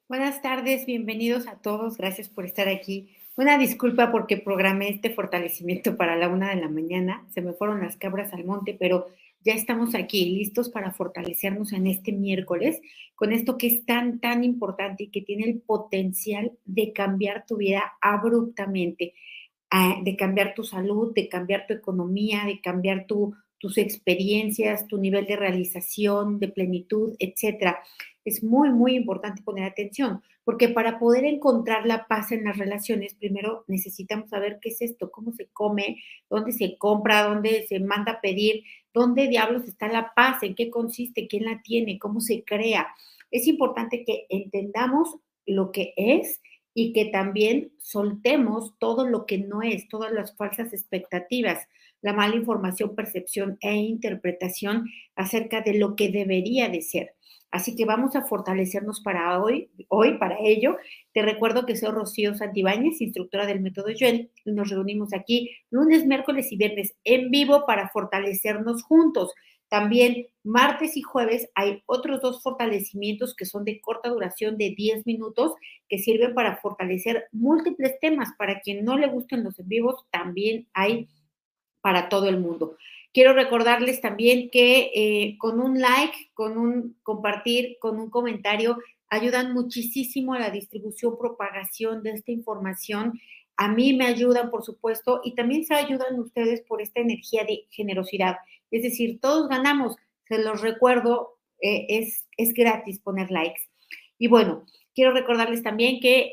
Buenas tardes, bienvenidos a todos, gracias por estar aquí. Una disculpa porque programé este fortalecimiento para la 1 de la mañana, se me fueron las cabras al monte, pero ya estamos aquí, listos para fortalecernos en este miércoles, con esto que es tan importante y que tiene el potencial de cambiar tu vida abruptamente, de cambiar tu salud, de cambiar tu economía, de cambiar tus experiencias, tu nivel de realización, de plenitud, etcétera. Es muy importante poner atención, porque para poder encontrar la paz en las relaciones, primero necesitamos saber qué es esto, cómo se come, dónde se compra, dónde se manda a pedir, dónde diablos está la paz, en qué consiste, quién la tiene, cómo se crea. Es importante que entendamos lo que es y que también soltemos todo lo que no es, todas las falsas expectativas, la mala información, percepción e interpretación acerca de lo que debería de ser. Así que vamos a fortalecernos para hoy para ello. Te recuerdo que soy Rocío Santibáñez, instructora del método Joel, y nos reunimos aquí lunes, miércoles y viernes en vivo para fortalecernos juntos. También martes y jueves hay otros 2 fortalecimientos que son de corta duración de 10 minutos que sirven para fortalecer múltiples temas. Para quien no le gusten los en vivos, también hay para todo el mundo. Quiero recordarles también que con un like, con un compartir, con un comentario, ayudan muchísimo a la distribución, propagación de esta información. A mí me ayudan, por supuesto, y también se ayudan ustedes por esta energía de generosidad. Es decir, todos ganamos, se los recuerdo, es gratis poner likes. Y bueno, quiero recordarles también que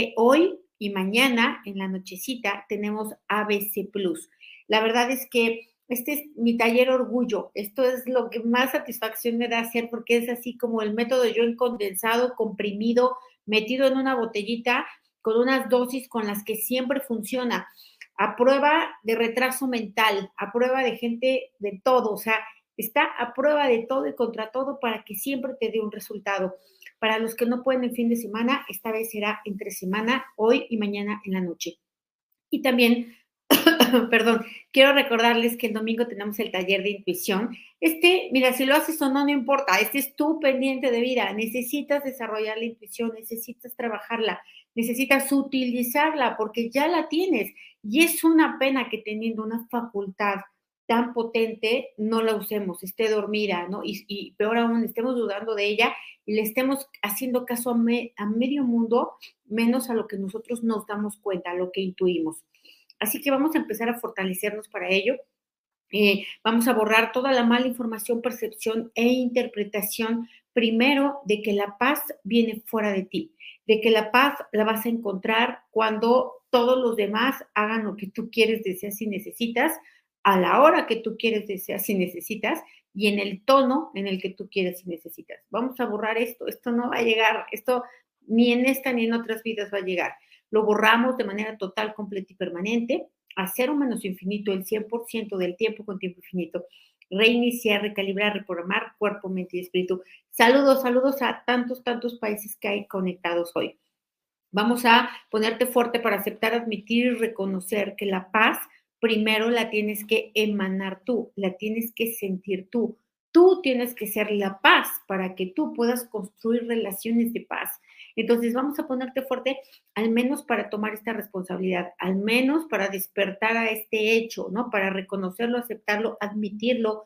hoy y mañana en la nochecita tenemos ABC Plus. La verdad es que este es mi taller orgullo. Esto es lo que más satisfacción me da hacer porque es así como el método yo en condensado, comprimido, metido en una botellita con unas dosis con las que siempre funciona. A prueba de retraso mental, a prueba de gente de todo, o sea, está a prueba de todo y contra todo para que siempre te dé un resultado. Para los que no pueden el fin de semana, esta vez será entre semana, hoy y mañana en la noche. Y también perdón, quiero recordarles que el domingo tenemos el taller de intuición. Mira, si lo haces o no, no importa, este es tu pendiente de vida. Necesitas desarrollar la intuición, necesitas trabajarla, necesitas utilizarla porque ya la tienes. Y es una pena que teniendo una facultad tan potente no la usemos, esté dormida, ¿no? Y peor aún, estemos dudando de ella y le estemos haciendo caso a medio mundo, menos a lo que nosotros nos damos cuenta, a lo que intuimos. Así que vamos a empezar a fortalecernos para ello. Vamos a borrar toda la mala información, percepción e interpretación, primero, de que la paz viene fuera de ti, de que la paz la vas a encontrar cuando todos los demás hagan lo que tú quieres, deseas y necesitas, a la hora que tú quieres, deseas y necesitas, y en el tono en el que tú quieres y necesitas. Vamos a borrar esto no va a llegar, esto ni en esta ni en otras vidas va a llegar. Lo borramos de manera total, completa y permanente a cero menos infinito el 100% del tiempo con tiempo infinito. Reiniciar, recalibrar, reprogramar cuerpo, mente y espíritu. Saludos a tantos países que hay conectados hoy. Vamos a ponerte fuerte para aceptar, admitir y reconocer que la paz primero la tienes que emanar tú, la tienes que sentir tú. Tú tienes que ser la paz para que tú puedas construir relaciones de paz. Entonces vamos a ponerte fuerte al menos para tomar esta responsabilidad, al menos para despertar a este hecho, ¿no? Para reconocerlo, aceptarlo, admitirlo,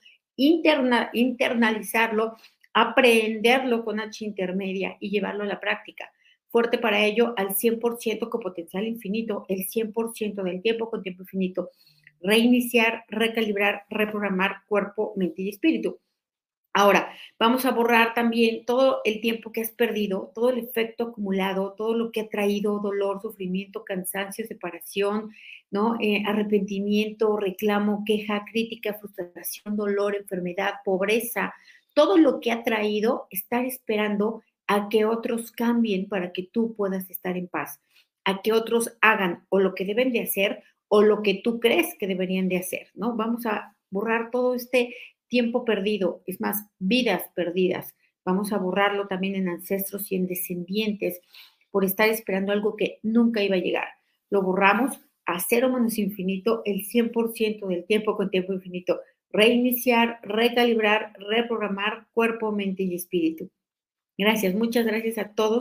internalizarlo, aprenderlo con H intermedia y llevarlo a la práctica. Fuerte para ello al 100% con potencial infinito, el 100% del tiempo con tiempo infinito. Reiniciar, recalibrar, reprogramar cuerpo, mente y espíritu. Ahora, vamos a borrar también todo el tiempo que has perdido, todo el efecto acumulado, todo lo que ha traído dolor, sufrimiento, cansancio, separación, ¿no? Arrepentimiento, reclamo, queja, crítica, frustración, dolor, enfermedad, pobreza, todo lo que ha traído estar esperando a que otros cambien para que tú puedas estar en paz, a que otros hagan o lo que deben de hacer o lo que tú crees que deberían de hacer, ¿no? Vamos a borrar todo este tiempo perdido, es más, vidas perdidas. Vamos a borrarlo también en ancestros y en descendientes por estar esperando algo que nunca iba a llegar. Lo borramos a cero menos infinito el 100% del tiempo con tiempo infinito. Reiniciar, recalibrar, reprogramar cuerpo, mente y espíritu. Gracias, muchas gracias a todos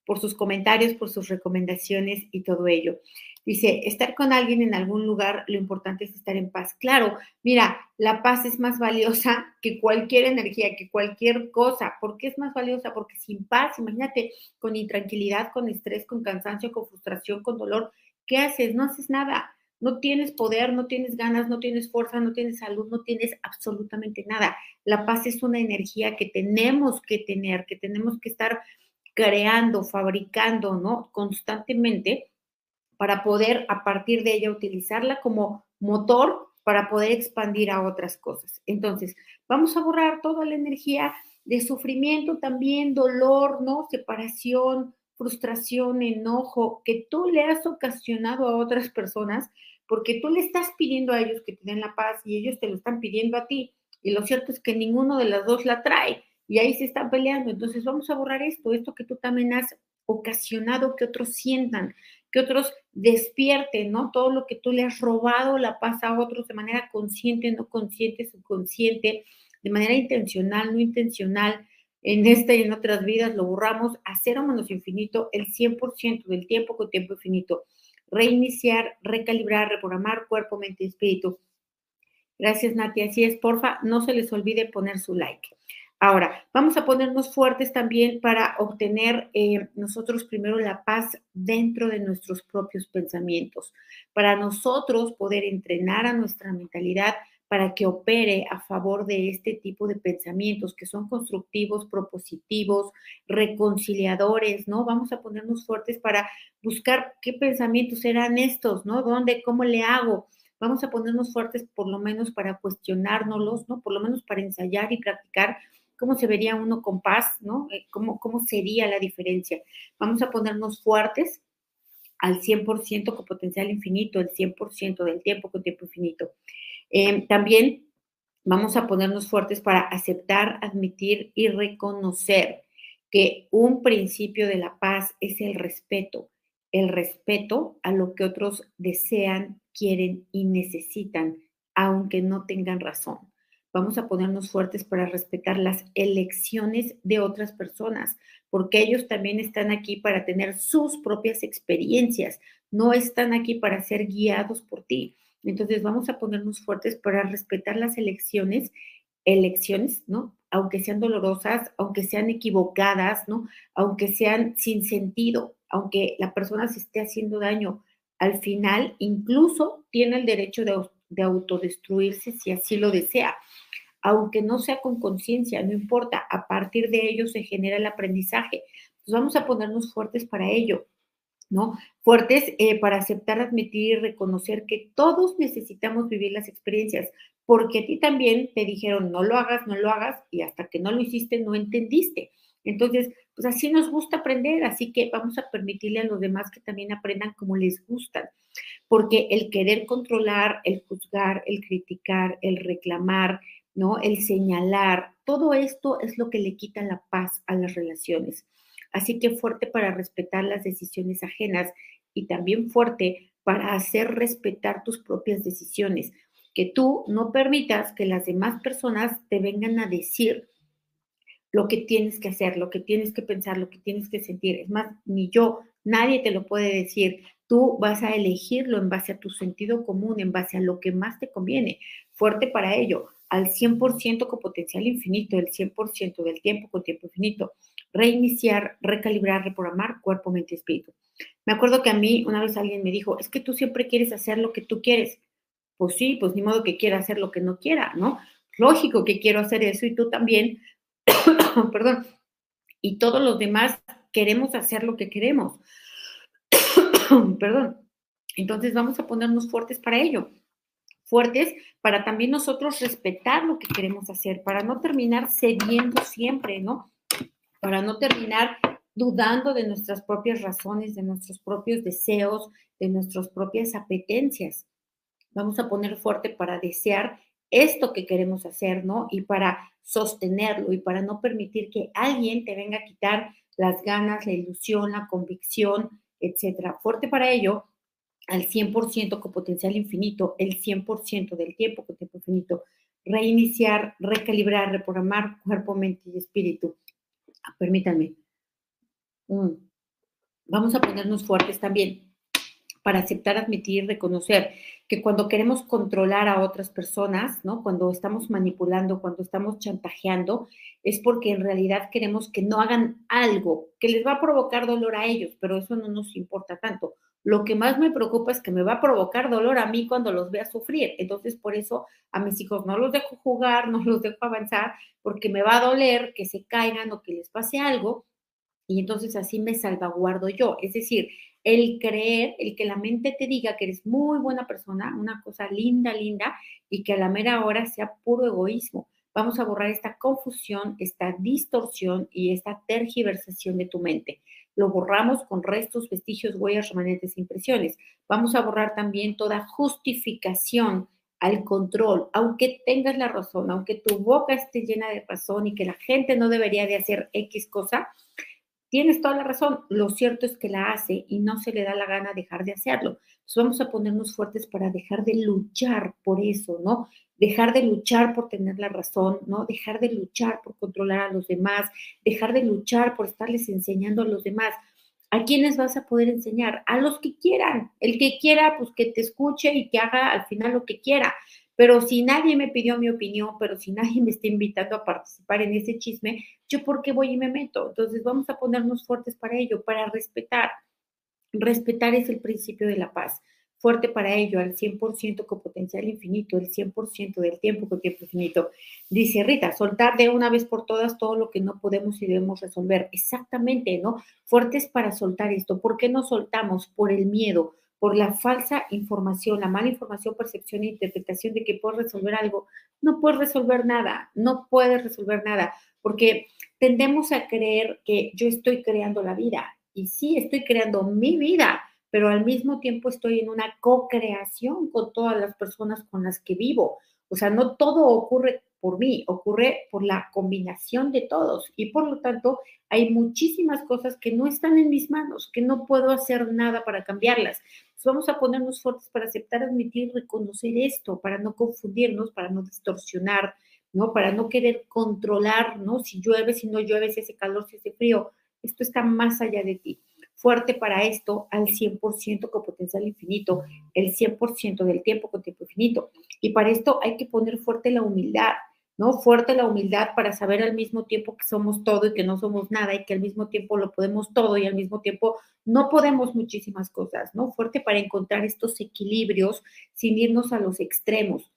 por sus comentarios, por sus recomendaciones y todo ello. Dice, estar con alguien en algún lugar, lo importante es estar en paz. Claro, mira, la paz es más valiosa que cualquier energía, que cualquier cosa. ¿Por qué es más valiosa? Porque sin paz, imagínate, con intranquilidad, con estrés, con cansancio, con frustración, con dolor, ¿qué haces? No haces nada. No tienes poder, no tienes ganas, no tienes fuerza, no tienes salud, no tienes absolutamente nada. La paz es una energía que tenemos que tener, que tenemos que estar creando, fabricando, ¿no? Constantemente para poder a partir de ella utilizarla como motor para poder expandir a otras cosas. Entonces, vamos a borrar toda la energía de sufrimiento también, dolor, ¿no? Separación, frustración, enojo, que tú le has ocasionado a otras personas porque tú le estás pidiendo a ellos que te den la paz y ellos te lo están pidiendo a ti. Y lo cierto es que ninguno de las dos la trae y ahí se están peleando. Entonces, vamos a borrar esto que tú también has ocasionado que otros sientan, que otros despierten, ¿no? Todo lo que tú le has robado la paz a otros de manera consciente, no consciente, subconsciente, de manera intencional, no intencional, en esta y en otras vidas, lo borramos a cero menos infinito el 100% del tiempo con tiempo infinito. Reiniciar, recalibrar, reprogramar cuerpo, mente y espíritu. Gracias, Nati. Así es, porfa, no se les olvide poner su like. Ahora, vamos a ponernos fuertes también para obtener nosotros primero la paz dentro de nuestros propios pensamientos, para nosotros poder entrenar a nuestra mentalidad para que opere a favor de este tipo de pensamientos que son constructivos, propositivos, reconciliadores, ¿no? Vamos a ponernos fuertes para buscar qué pensamientos serán estos, ¿no? ¿Dónde? ¿Cómo le hago? Vamos a ponernos fuertes por lo menos para cuestionárnoslos, ¿no? Por lo menos para ensayar y practicar cómo se vería uno con paz, ¿no? ¿Cómo sería la diferencia? Vamos a ponernos fuertes al 100% con potencial infinito, el 100% del tiempo con tiempo infinito. También vamos a ponernos fuertes para aceptar, admitir y reconocer que un principio de la paz es el respeto a lo que otros desean, quieren y necesitan, aunque no tengan razón. Vamos a ponernos fuertes para respetar las elecciones de otras personas, porque ellos también están aquí para tener sus propias experiencias, no están aquí para ser guiados por ti. Entonces vamos a ponernos fuertes para respetar las elecciones, ¿no? Aunque sean dolorosas, aunque sean equivocadas, ¿no? Aunque sean sin sentido, aunque la persona se esté haciendo daño, al final incluso tiene el derecho de autodestruirse si así lo desea. Aunque no sea con conciencia, no importa, a partir de ello se genera el aprendizaje. Entonces vamos a ponernos fuertes para ello. ¿No? Fuertes para aceptar, admitir y reconocer que todos necesitamos vivir las experiencias, porque a ti también te dijeron no lo hagas, no lo hagas, y hasta que no lo hiciste no entendiste. Entonces, pues así nos gusta aprender, así que vamos a permitirle a los demás que también aprendan como les gustan, porque el querer controlar, el juzgar, el criticar, el reclamar, ¿no? El señalar, todo esto es lo que le quita la paz a las relaciones. Así que fuerte para respetar las decisiones ajenas y también fuerte para hacer respetar tus propias decisiones. Que tú no permitas que las demás personas te vengan a decir lo que tienes que hacer, lo que tienes que pensar, lo que tienes que sentir. Es más, ni yo, nadie te lo puede decir. Tú vas a elegirlo en base a tu sentido común, en base a lo que más te conviene. Fuerte para ello, al 100% con potencial infinito, el 100% del tiempo con tiempo infinito. Reiniciar, recalibrar, reprogramar cuerpo, mente y espíritu. Me acuerdo que a mí una vez alguien me dijo, es que tú siempre quieres hacer lo que tú quieres. Pues sí, pues ni modo que quiera hacer lo que no quiera, ¿no? Lógico que quiero hacer eso y tú también, perdón, y todos los demás queremos hacer lo que queremos. Perdón. Entonces vamos a ponernos fuertes para ello, fuertes para también nosotros respetar lo que queremos hacer, para no terminar cediendo siempre, ¿no? Para no terminar dudando de nuestras propias razones, de nuestros propios deseos, de nuestras propias apetencias. Vamos a poner fuerte para desear esto que queremos hacer, ¿no? Y para sostenerlo y para no permitir que alguien te venga a quitar las ganas, la ilusión, la convicción, etcétera. Fuerte para ello, al 100% con potencial infinito, el 100% del tiempo con tiempo infinito. Reiniciar, recalibrar, reprogramar cuerpo, mente y espíritu. Permítanme. Vamos a ponernos fuertes también para aceptar, admitir, reconocer que cuando queremos controlar a otras personas, ¿no? Cuando estamos manipulando, cuando estamos chantajeando, es porque en realidad queremos que no hagan algo que les va a provocar dolor a ellos, pero eso no nos importa tanto. Lo que más me preocupa es que me va a provocar dolor a mí cuando los vea sufrir. Entonces, por eso a mis hijos no los dejo jugar, no los dejo avanzar, porque me va a doler que se caigan o que les pase algo y entonces así me salvaguardo yo. Es decir, el creer, el que la mente te diga que eres muy buena persona, una cosa linda, linda, y que a la mera hora sea puro egoísmo. Vamos a borrar esta confusión, esta distorsión y esta tergiversación de tu mente. Lo borramos con restos, vestigios, huellas, remanentes e impresiones. Vamos a borrar también toda justificación al control, aunque tengas la razón, aunque tu boca esté llena de razón y que la gente no debería de hacer X cosa, tienes toda la razón, lo cierto es que la hace y no se le da la gana dejar de hacerlo. Entonces vamos a ponernos fuertes para dejar de luchar por eso, ¿no? Dejar de luchar por tener la razón, ¿no? Dejar de luchar por controlar a los demás, dejar de luchar por estarles enseñando a los demás. ¿A quiénes vas a poder enseñar? A los que quieran. El que quiera, pues que te escuche y que haga al final lo que quiera. Pero si nadie me pidió mi opinión, pero si nadie me está invitando a participar en ese chisme, ¿yo por qué voy y me meto? Entonces vamos a ponernos fuertes para ello, para respetar. Respetar es el principio de la paz. Fuerte para ello, al 100% con potencial infinito, el 100% del tiempo con tiempo infinito. Dice Rita, soltar de una vez por todas todo lo que no podemos y debemos resolver. Exactamente, ¿no? Fuertes para soltar esto. ¿Por qué no soltamos? Por el miedo, por la falsa información, la mala información, percepción e interpretación de que puedes resolver algo. No puedes resolver nada, no puedes resolver nada, porque tendemos a creer que yo estoy creando la vida. Y sí, estoy creando mi vida, pero al mismo tiempo estoy en una co-creación con todas las personas con las que vivo. O sea, no todo ocurre por mí, ocurre por la combinación de todos. Y por lo tanto, hay muchísimas cosas que no están en mis manos, que no puedo hacer nada para cambiarlas. Entonces, vamos a ponernos fuertes para aceptar, admitir, reconocer esto, para no confundirnos, para no distorsionar, ¿no? Para no querer controlar, ¿no? Si llueve, si no llueve, si hace calor, si hace frío. Esto está más allá de ti. Fuerte para esto al 100% con potencial infinito, el 100% del tiempo con tiempo infinito. Y para esto hay que poner fuerte la humildad, ¿no? Fuerte la humildad para saber al mismo tiempo que somos todo y que no somos nada y que al mismo tiempo lo podemos todo y al mismo tiempo no podemos muchísimas cosas, ¿no? Fuerte para encontrar estos equilibrios sin irnos a los extremos.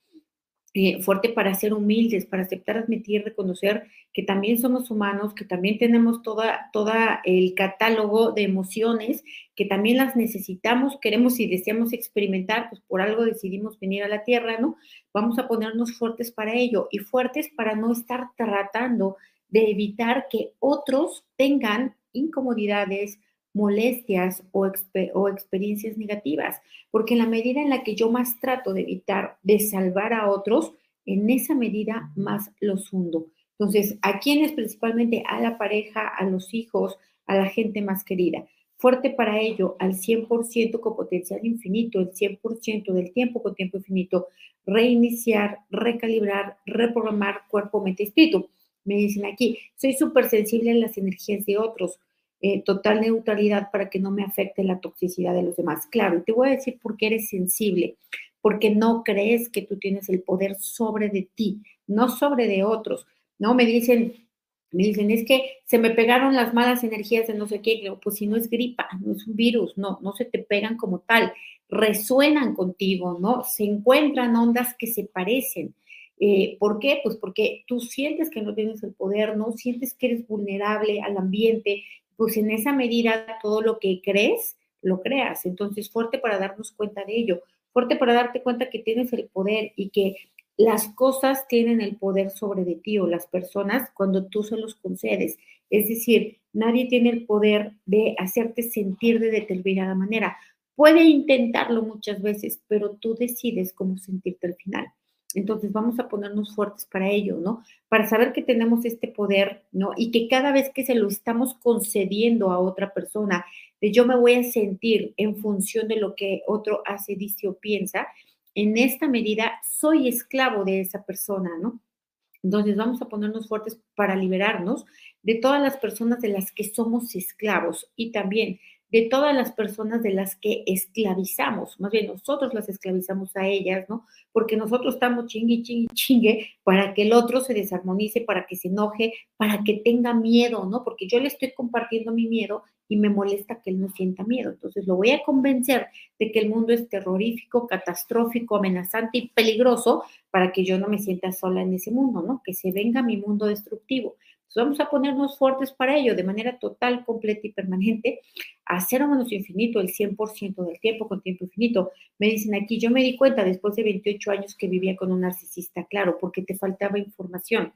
Fuerte para ser humildes, para aceptar, admitir, reconocer que también somos humanos, que también tenemos toda el catálogo de emociones, que también las necesitamos, queremos y deseamos experimentar, pues por algo decidimos venir a la Tierra, ¿no? Vamos a ponernos fuertes para ello y fuertes para no estar tratando de evitar que otros tengan incomodidades, molestias o experiencias negativas, porque en la medida en la que yo más trato de evitar, de salvar a otros, en esa medida más los hundo. Entonces, ¿a quiénes principalmente? A la pareja, a los hijos, a la gente más querida. Fuerte para ello, al 100% con potencial infinito, el 100% del tiempo con tiempo infinito, reiniciar, recalibrar, reprogramar cuerpo, mente, espíritu. Me dicen aquí, soy súper sensible a las energías de otros, total neutralidad para que no me afecte la toxicidad de los demás. Claro, y te voy a decir por qué eres sensible, porque no crees que tú tienes el poder sobre de ti, no sobre de otros, ¿no? Me dicen, es que se me pegaron las malas energías de no sé qué, pues si no es gripa, no es un virus, no se te pegan como tal, resuenan contigo, ¿no? Se encuentran ondas que se parecen. ¿Por qué? Pues porque tú sientes que no tienes el poder, ¿no? Sientes que eres vulnerable al ambiente, pues en esa medida todo lo que crees, lo creas. Entonces, fuerte para darnos cuenta de ello, fuerte para darte cuenta que tienes el poder y que las cosas tienen el poder sobre de ti o las personas cuando tú se los concedes. Es decir, nadie tiene el poder de hacerte sentir de determinada manera. Puede intentarlo muchas veces, pero tú decides cómo sentirte al final. Entonces vamos a ponernos fuertes para ello, ¿no? Para saber que tenemos este poder, ¿no? Y que cada vez que se lo estamos concediendo a otra persona, de yo me voy a sentir en función de lo que otro hace, dice o piensa, en esta medida soy esclavo de esa persona, ¿no? Entonces vamos a ponernos fuertes para liberarnos de todas las personas de las que somos esclavos y también de todas las personas de las que esclavizamos, más bien nosotros las esclavizamos a ellas, ¿no? Porque nosotros estamos chingue, chingue, chingue para que el otro se desarmonice, para que se enoje, para que tenga miedo, ¿no? Porque yo le estoy compartiendo mi miedo y me molesta que él no sienta miedo. Entonces lo voy a convencer de que el mundo es terrorífico, catastrófico, amenazante y peligroso para que yo no me sienta sola en ese mundo, ¿no? Que se venga mi mundo destructivo. Entonces vamos a ponernos fuertes para ello, de manera total, completa y permanente, a cero menos infinito, el 100% del tiempo con tiempo infinito. Me dicen aquí, yo me di cuenta después de 28 años que vivía con un narcisista, claro, porque te faltaba información.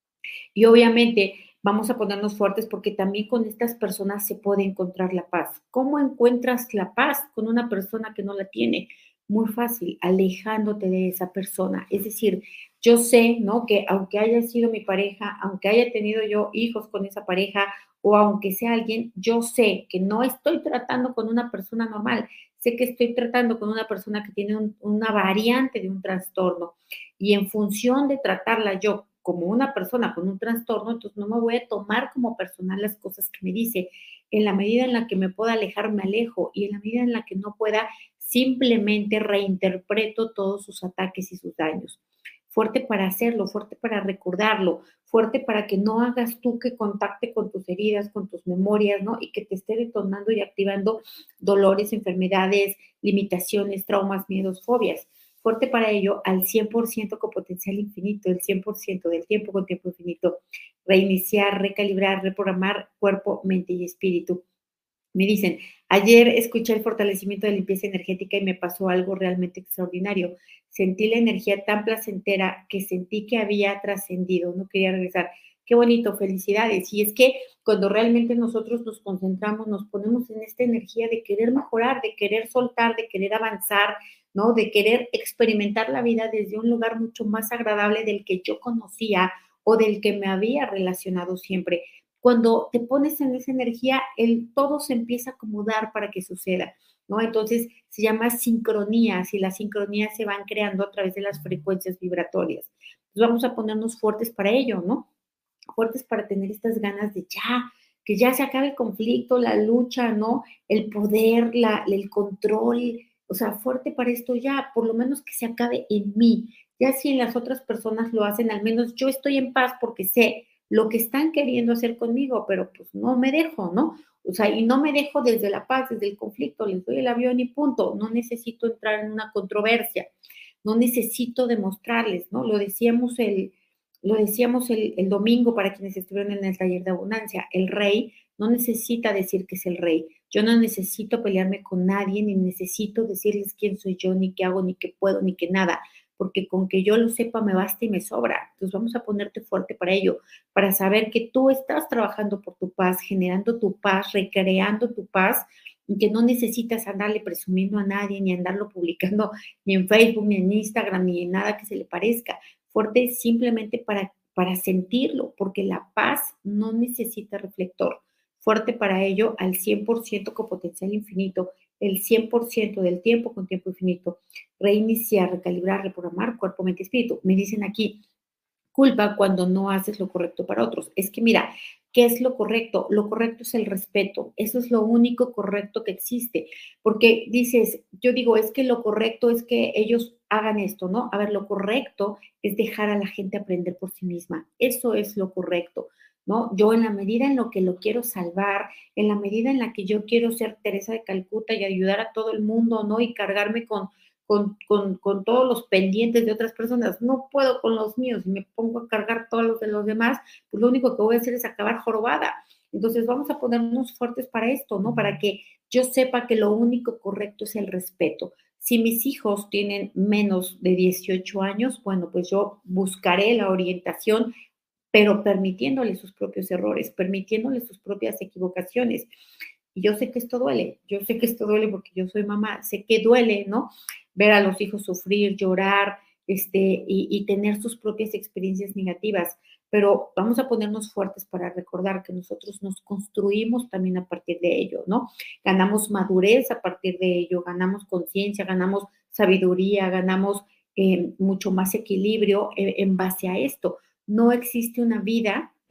Y obviamente vamos a ponernos fuertes porque también con estas personas se puede encontrar la paz. ¿Cómo encuentras la paz con una persona que no la tiene? Muy fácil, alejándote de esa persona. Es decir, yo sé, ¿no? Que aunque haya sido mi pareja, aunque haya tenido yo hijos con esa pareja o aunque sea alguien, yo sé que no estoy tratando con una persona normal. Sé que estoy tratando con una persona que tiene una variante de un trastorno y en función de tratarla yo como una persona con un trastorno, entonces no me voy a tomar como personal las cosas que me dice. En la medida en la que me pueda alejar, me alejo, y en la medida en la que no pueda, simplemente reinterpreto todos sus ataques y sus daños. Fuerte para hacerlo, fuerte para recordarlo, fuerte para que no hagas tú que contacte con tus heridas, con tus memorias, ¿no? Y que te esté detonando y activando dolores, enfermedades, limitaciones, traumas, miedos, fobias. Fuerte para ello al 100% con potencial infinito, el 100% del tiempo con tiempo infinito. Reiniciar, recalibrar, reprogramar cuerpo, mente y espíritu. Me dicen, ayer escuché el fortalecimiento de limpieza energética y me pasó algo realmente extraordinario. Sentí la energía tan placentera que sentí que había trascendido, no quería regresar. Qué bonito, felicidades. Y es que cuando realmente nosotros nos concentramos, nos ponemos en esta energía de querer mejorar, de querer soltar, de querer avanzar, ¿no? De querer experimentar la vida desde un lugar mucho más agradable del que yo conocía o del que me había relacionado siempre. Cuando te pones en esa energía, todo se empieza a acomodar para que suceda, ¿no? Entonces se llama sincronías y las sincronías se van creando a través de las frecuencias vibratorias. Entonces vamos a ponernos fuertes para ello, ¿no? Fuertes para tener estas ganas de ya, que ya se acabe el conflicto, la lucha, ¿no? El poder, el control, o sea, fuerte para esto ya, por lo menos que se acabe en mí. Ya si en las otras personas lo hacen, al menos yo estoy en paz porque sé lo que están queriendo hacer conmigo, pero pues no me dejo, ¿no? O sea, y no me dejo desde la paz, desde el conflicto, les doy el avión y punto. No necesito entrar en una controversia, no necesito demostrarles, ¿no? Lo decíamos el domingo para quienes estuvieron en el taller de abundancia. El rey no necesita decir que es el rey. Yo no necesito pelearme con nadie, ni necesito decirles quién soy yo, ni qué hago, ni qué puedo, ni qué nada, porque con que yo lo sepa me basta y me sobra. Entonces vamos a ponerte fuerte para ello, para saber que tú estás trabajando por tu paz, generando tu paz, recreando tu paz, y que no necesitas andarle presumiendo a nadie, ni andarlo publicando ni en Facebook, ni en Instagram, ni en nada que se le parezca. Fuerte simplemente para sentirlo, porque la paz no necesita reflector. Fuerte para ello al 100% con potencial infinito, el 100% del tiempo con tiempo infinito. Reiniciar, recalibrar, reprogramar cuerpo, mente, espíritu. Me dicen aquí, culpa cuando no haces lo correcto para otros. Es que mira, ¿qué es lo correcto? Lo correcto es el respeto. Eso es lo único correcto que existe. Porque dices, yo digo, es que lo correcto es que ellos hagan esto, ¿no? A ver, lo correcto es dejar a la gente aprender por sí misma. Eso es lo correcto, ¿no? Yo en la medida en lo que lo quiero salvar, en la medida en la que yo quiero ser Teresa de Calcuta y ayudar a todo el mundo, ¿no? Y cargarme con todos los pendientes de otras personas, no puedo con los míos y me pongo a cargar todos los de los demás, pues lo único que voy a hacer es acabar jorobada. Entonces vamos a ponernos fuertes para esto, ¿no? Para que yo sepa que lo único correcto es el respeto. Si mis hijos tienen menos de 18 años, bueno, pues yo buscaré la orientación, pero permitiéndoles sus propios errores, permitiéndoles sus propias equivocaciones. Y yo sé que esto duele, yo sé que esto duele porque yo soy mamá, sé que duele, ¿no? Ver a los hijos sufrir, llorar, y tener sus propias experiencias negativas, pero vamos a ponernos fuertes para recordar que nosotros nos construimos también a partir de ello, ¿no? Ganamos madurez a partir de ello, ganamos conciencia, ganamos sabiduría, ganamos mucho más equilibrio en base a esto. No existe una vida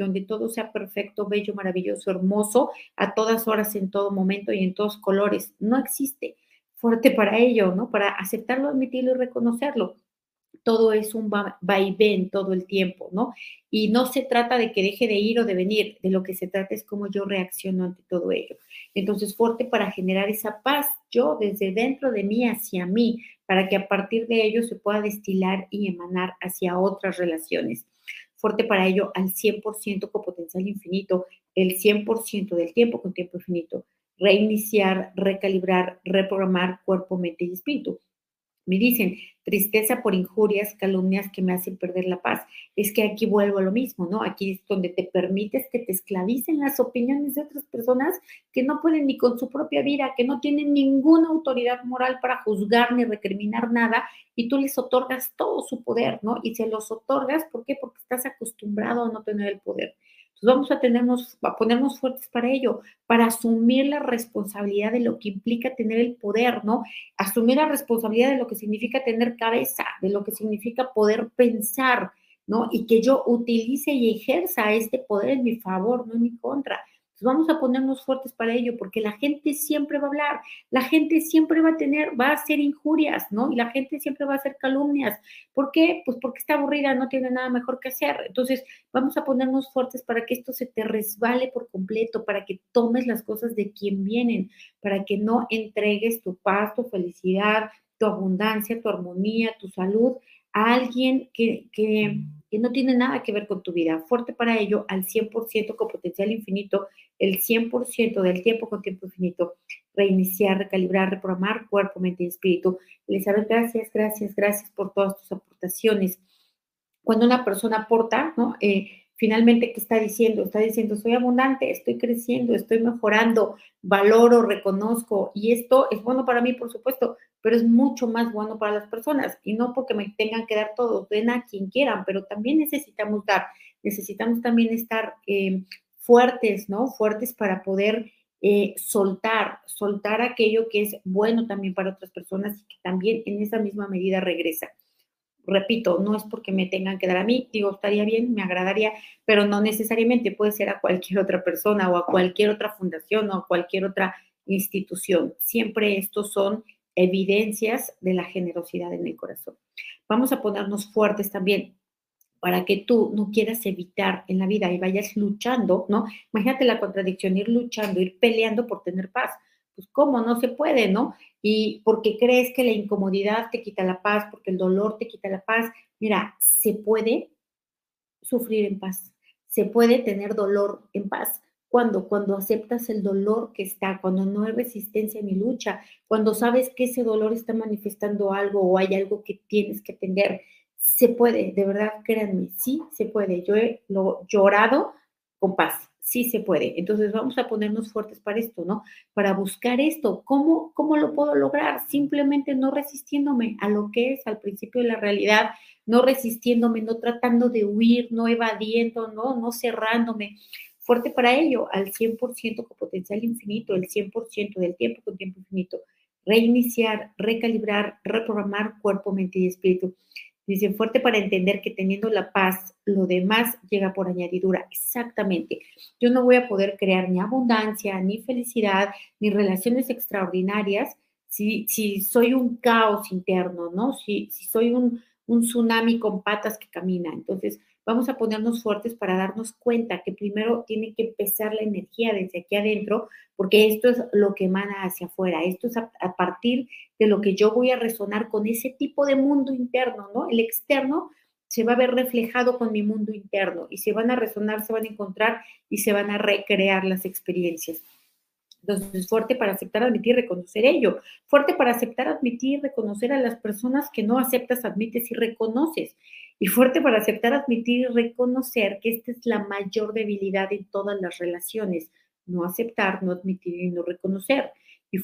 donde todo sea perfecto, bello, maravilloso, hermoso, a todas horas, en todo momento y en todos colores. No existe. Fuerte para ello, ¿no? Para aceptarlo, admitirlo y reconocerlo. Todo es un vaivén todo el tiempo, ¿no? Y no se trata de que deje de ir o de venir, de lo que se trata es cómo yo reacciono ante todo ello. Entonces, fuerte para generar esa paz, yo desde dentro de mí hacia mí, para que a partir de ello se pueda destilar y emanar hacia otras relaciones. Fuerte para ello al 100% con potencial infinito, el 100% del tiempo con tiempo infinito. Reiniciar, recalibrar, reprogramar cuerpo, mente y espíritu. Me dicen, tristeza por injurias, calumnias que me hacen perder la paz. Es que aquí vuelvo a lo mismo, ¿no? Aquí es donde te permites que te esclavicen las opiniones de otras personas que no pueden ni con su propia vida, que no tienen ninguna autoridad moral para juzgar ni recriminar nada, y tú les otorgas todo su poder, ¿no? Y se los otorgas, ¿por qué? Porque estás acostumbrado a no tener el poder. Entonces vamos a ponernos fuertes para ello, para asumir la responsabilidad de lo que implica tener el poder, ¿no? Asumir la responsabilidad de lo que significa tener cabeza, de lo que significa poder pensar, ¿no? Y que yo utilice y ejerza este poder en mi favor, no en mi contra. Entonces vamos a ponernos fuertes para ello, porque la gente siempre va a hablar, la gente siempre va a hacer injurias, ¿no? Y la gente siempre va a hacer calumnias. ¿Por qué? Pues porque está aburrida, no tiene nada mejor que hacer. Entonces vamos a ponernos fuertes para que esto se te resbale por completo, para que tomes las cosas de quien vienen, para que no entregues tu paz, tu felicidad, tu abundancia, tu armonía, tu salud a alguien que no tiene nada que ver con tu vida. Fuerte para ello, al 100% con potencial infinito, el 100% del tiempo con tiempo infinito. Reiniciar, recalibrar, reprogramar cuerpo, mente y espíritu. Elizabeth, gracias, gracias, gracias por todas tus aportaciones. Cuando una persona aporta, ¿no? Finalmente, ¿qué está diciendo? Está diciendo, soy abundante, estoy creciendo, estoy mejorando, valoro, reconozco, y esto es bueno para mí, por supuesto, pero es mucho más bueno para las personas, y no porque me tengan que dar todo, den a quien quieran, pero también necesitamos dar, necesitamos también estar fuertes, ¿no? Fuertes para poder soltar aquello que es bueno también para otras personas y que también en esa misma medida regresa. Repito, no es porque me tengan que dar a mí, digo, estaría bien, me agradaría, pero no necesariamente puede ser a cualquier otra persona o a cualquier otra fundación o a cualquier otra institución. Siempre estos son evidencias de la generosidad en el corazón. Vamos a ponernos fuertes también para que tú no quieras evitar en la vida y vayas luchando, ¿no? Imagínate la contradicción, ir luchando, ir peleando por tener paz. Pues cómo, no se puede, ¿no? Y porque crees que la incomodidad te quita la paz, porque el dolor te quita la paz. Mira, se puede sufrir en paz, se puede tener dolor en paz. Cuando aceptas el dolor que está, cuando no hay resistencia ni lucha, cuando sabes que ese dolor está manifestando algo o hay algo que tienes que atender, se puede, de verdad, créanme, sí se puede. Yo he llorado con paz, sí se puede. Entonces vamos a ponernos fuertes para esto, ¿no? Para buscar esto. ¿Cómo lo puedo lograr? Simplemente no resistiéndome a lo que es al principio de la realidad, no resistiéndome, no tratando de huir, no evadiendo, no cerrándome. Fuerte para ello, al 100% con potencial infinito, el 100% del tiempo con tiempo infinito. Reiniciar, recalibrar, reprogramar cuerpo, mente y espíritu. Dice, fuerte para entender que teniendo la paz, lo demás llega por añadidura. Exactamente. Yo no voy a poder crear ni abundancia, ni felicidad, ni relaciones extraordinarias si soy un caos interno, ¿no? Si soy un tsunami con patas que camina. Entonces, vamos a ponernos fuertes para darnos cuenta que primero tiene que empezar la energía desde aquí adentro, porque esto es lo que emana hacia afuera. Esto es a partir de lo que yo voy a resonar con ese tipo de mundo interno, ¿no? El externo se va a ver reflejado con mi mundo interno y se van a resonar, se van a encontrar y se van a recrear las experiencias. Entonces, fuerte para aceptar, admitir, reconocer ello. Fuerte para aceptar, admitir, reconocer a las personas que no aceptas, admites y reconoces. Y fuerte para aceptar, admitir y reconocer que esta es la mayor debilidad en todas las relaciones. No aceptar, no admitir y no reconocer. Y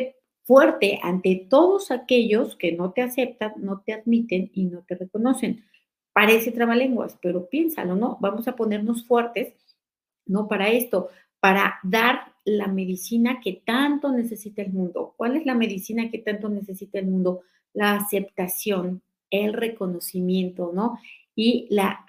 fuerte ante todos aquellos que no te aceptan, no te admiten y no te reconocen. Parece trabalenguas, pero piénsalo, ¿no? Vamos a ponernos fuertes, ¿no? Para esto, para dar la medicina que tanto necesita el mundo. ¿Cuál es la medicina que tanto necesita el mundo? La aceptación, el reconocimiento, ¿no? y la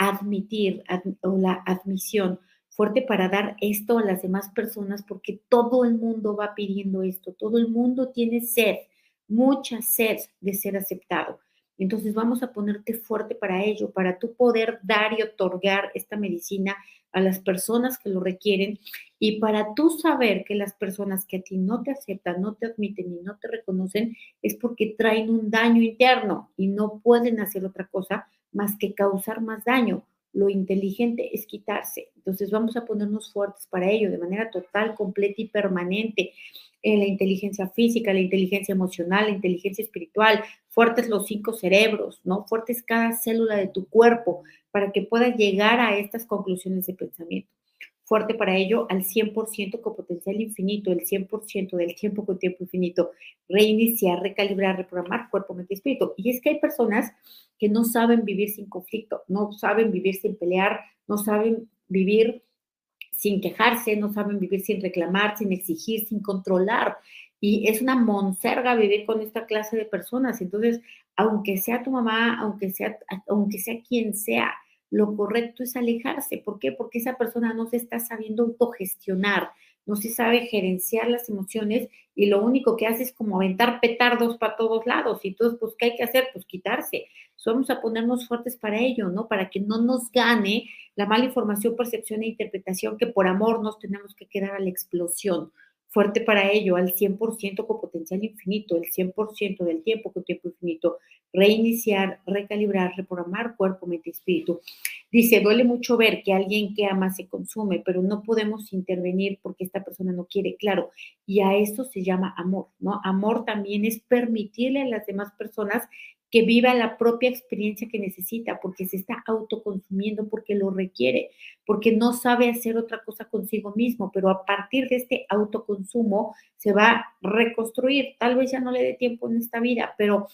o la admisión, fuerte para dar esto a las demás personas, porque todo el mundo va pidiendo esto, todo el mundo tiene sed, mucha sed de ser aceptado. Entonces vamos a ponerte fuerte para ello, para tú poder dar y otorgar esta medicina a las personas que lo requieren y para tú saber que las personas que a ti no te aceptan, no te admiten y no te reconocen es porque traen un daño interno y no pueden hacer otra cosa más que causar más daño. Lo inteligente es quitarse. Entonces vamos a ponernos fuertes para ello de manera total, completa y permanente. La inteligencia física, la inteligencia emocional, la inteligencia espiritual, fuertes los 5 cerebros, ¿no? Fuertes cada célula de tu cuerpo para que puedas llegar a estas conclusiones de pensamiento. Fuerte para ello al 100% con potencial infinito, el 100% del tiempo con tiempo infinito, reiniciar, recalibrar, reprogramar cuerpo, mente y espíritu. Y es que hay personas que no saben vivir sin conflicto, no saben vivir sin pelear, no saben vivir sin quejarse, no saben vivir sin reclamar, sin exigir, sin controlar. Y es una monserga vivir con esta clase de personas. Entonces, aunque sea tu mamá, aunque sea quien sea, lo correcto es alejarse. ¿Por qué? Porque esa persona no se está sabiendo autogestionar, no se sabe gerenciar las emociones y lo único que hace es como aventar petardos para todos lados. Y entonces, pues, ¿qué hay que hacer? Pues quitarse. So, vamos a ponernos fuertes para ello, ¿no? Para que no nos gane la mala información, percepción e interpretación que por amor nos tenemos que quedar a la explosión. Fuerte para ello, al 100% con potencial infinito, el 100% del tiempo con tiempo infinito. Reiniciar, recalibrar, reprogramar cuerpo, mente y espíritu. Dice, duele mucho ver que alguien que ama se consume, pero no podemos intervenir porque esta persona no quiere, claro. Y a eso se llama amor, ¿no? Amor también es permitirle a las demás personas que viva la propia experiencia que necesita, porque se está autoconsumiendo, porque lo requiere, porque no sabe hacer otra cosa consigo mismo, pero a partir de este autoconsumo se va a reconstruir. Tal vez ya no le dé tiempo en esta vida, pero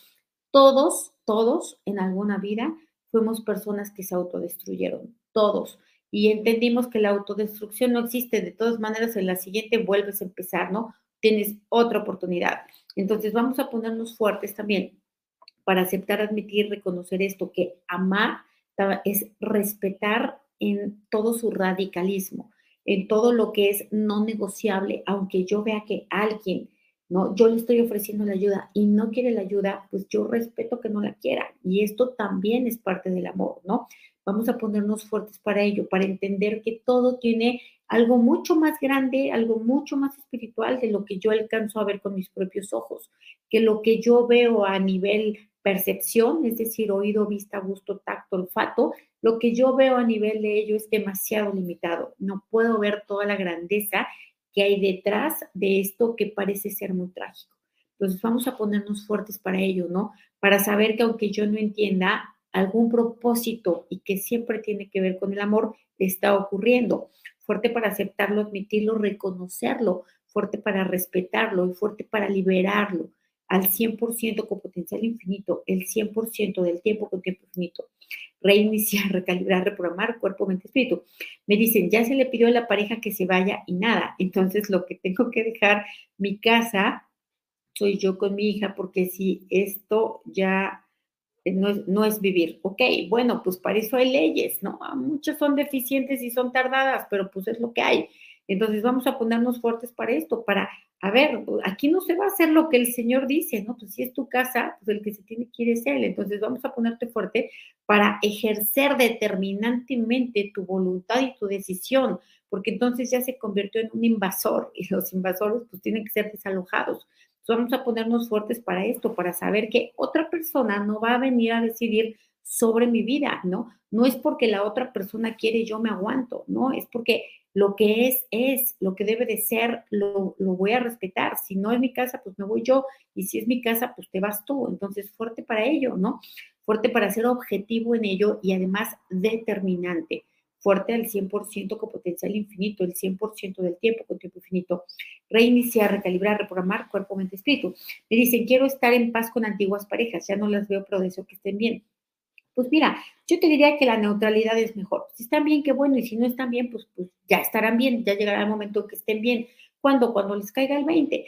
todos en alguna vida fuimos personas que se autodestruyeron, todos. Y entendimos que la autodestrucción no existe, de todas maneras en la siguiente vuelves a empezar, ¿no? Tienes otra oportunidad. Entonces vamos a ponernos fuertes también para aceptar, admitir, reconocer esto, que amar es respetar en todo su radicalismo, en todo lo que es no negociable, aunque yo vea que alguien, ¿no? Yo le estoy ofreciendo la ayuda y no quiere la ayuda, pues yo respeto que no la quiera. Y esto también es parte del amor, ¿no? Vamos a ponernos fuertes para ello, para entender que todo tiene algo mucho más grande, algo mucho más espiritual de lo que yo alcanzo a ver con mis propios ojos, que lo que yo veo a nivel percepción, es decir, oído, vista, gusto, tacto, olfato, lo que yo veo a nivel de ello es demasiado limitado. No puedo ver toda la grandeza que hay detrás de esto que parece ser muy trágico. Entonces vamos a ponernos fuertes para ello, ¿no? Para saber que aunque yo no entienda algún propósito y que siempre tiene que ver con el amor, está ocurriendo. Fuerte para aceptarlo, admitirlo, reconocerlo, fuerte para respetarlo y fuerte para liberarlo al 100% con potencial infinito, el 100% del tiempo con tiempo infinito. Reiniciar, recalibrar, reprogramar cuerpo, mente, espíritu. Me dicen, ya se le pidió a la pareja que se vaya y nada. Entonces, lo que tengo que dejar mi casa soy yo con mi hija, porque si esto ya no es vivir. Ok, bueno, pues para eso hay leyes, ¿no? Muchas son deficientes y son tardadas, pero pues es lo que hay. Entonces vamos a ponernos fuertes para esto, para, a ver, aquí no se va a hacer lo que el Señor dice, ¿no? Pues si es tu casa, pues el que se tiene que ir es Él. Entonces vamos a ponerte fuerte para ejercer determinantemente tu voluntad y tu decisión, porque entonces ya se convirtió en un invasor y los invasores pues tienen que ser desalojados. Vamos a ponernos fuertes para esto, para saber que otra persona no va a venir a decidir sobre mi vida, ¿no? No es porque la otra persona quiere y yo me aguanto, ¿no? Es porque lo que es, lo que debe de ser, lo voy a respetar. Si no es mi casa, pues me voy yo, y si es mi casa, pues te vas tú. Entonces, fuerte para ello, ¿no? Fuerte para ser objetivo en ello y además determinante. Fuerte al 100% con potencial infinito, el 100% del tiempo con tiempo infinito. Reiniciar, recalibrar, reprogramar cuerpo, mente, espíritu. Me dicen, quiero estar en paz con antiguas parejas, ya no las veo, pero deseo que estén bien. Pues mira, yo te diría que la neutralidad es mejor. Si están bien, qué bueno, y si no están bien, pues ya estarán bien, ya llegará el momento que estén bien. ¿Cuándo? Cuando les caiga el 20.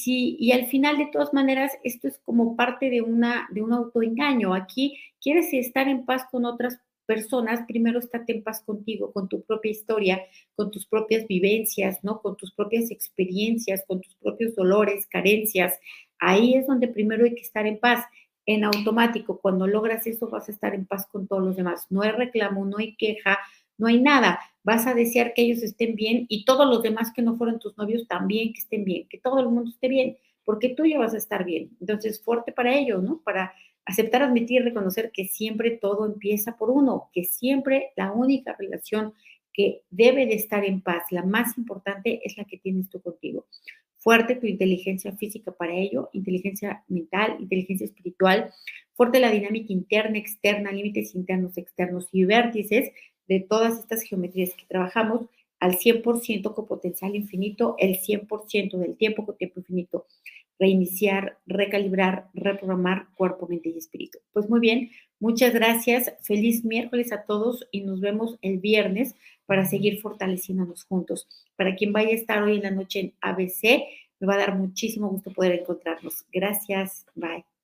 Y al final, de todas maneras, esto es como parte de un autoengaño. Aquí quieres estar en paz con otras personas, primero estate en paz contigo, con tu propia historia, con tus propias vivencias, ¿no? Con tus propias experiencias, con tus propios dolores, carencias. Ahí es donde primero hay que estar en paz. En automático, cuando logras eso, vas a estar en paz con todos los demás. No hay reclamo, no hay queja, no hay nada. Vas a desear que ellos estén bien y todos los demás que no fueron tus novios también que estén bien, que todo el mundo esté bien, porque tú ya vas a estar bien. Entonces, fuerte para ello, ¿no? Para aceptar, admitir, reconocer que siempre todo empieza por uno, que siempre la única relación que debe de estar en paz, la más importante, es la que tienes tú contigo. Fuerte tu inteligencia física para ello, inteligencia mental, inteligencia espiritual, fuerte la dinámica interna, externa, límites internos, externos y vértices de todas estas geometrías que trabajamos al 100% con potencial infinito, el 100% del tiempo con tiempo infinito. Reiniciar, recalibrar, reprogramar cuerpo, mente y espíritu. Pues muy bien, muchas gracias. Feliz miércoles a todos y nos vemos el viernes para seguir fortaleciéndonos juntos. Para quien vaya a estar hoy en la noche en ABC, me va a dar muchísimo gusto poder encontrarnos. Gracias. Bye.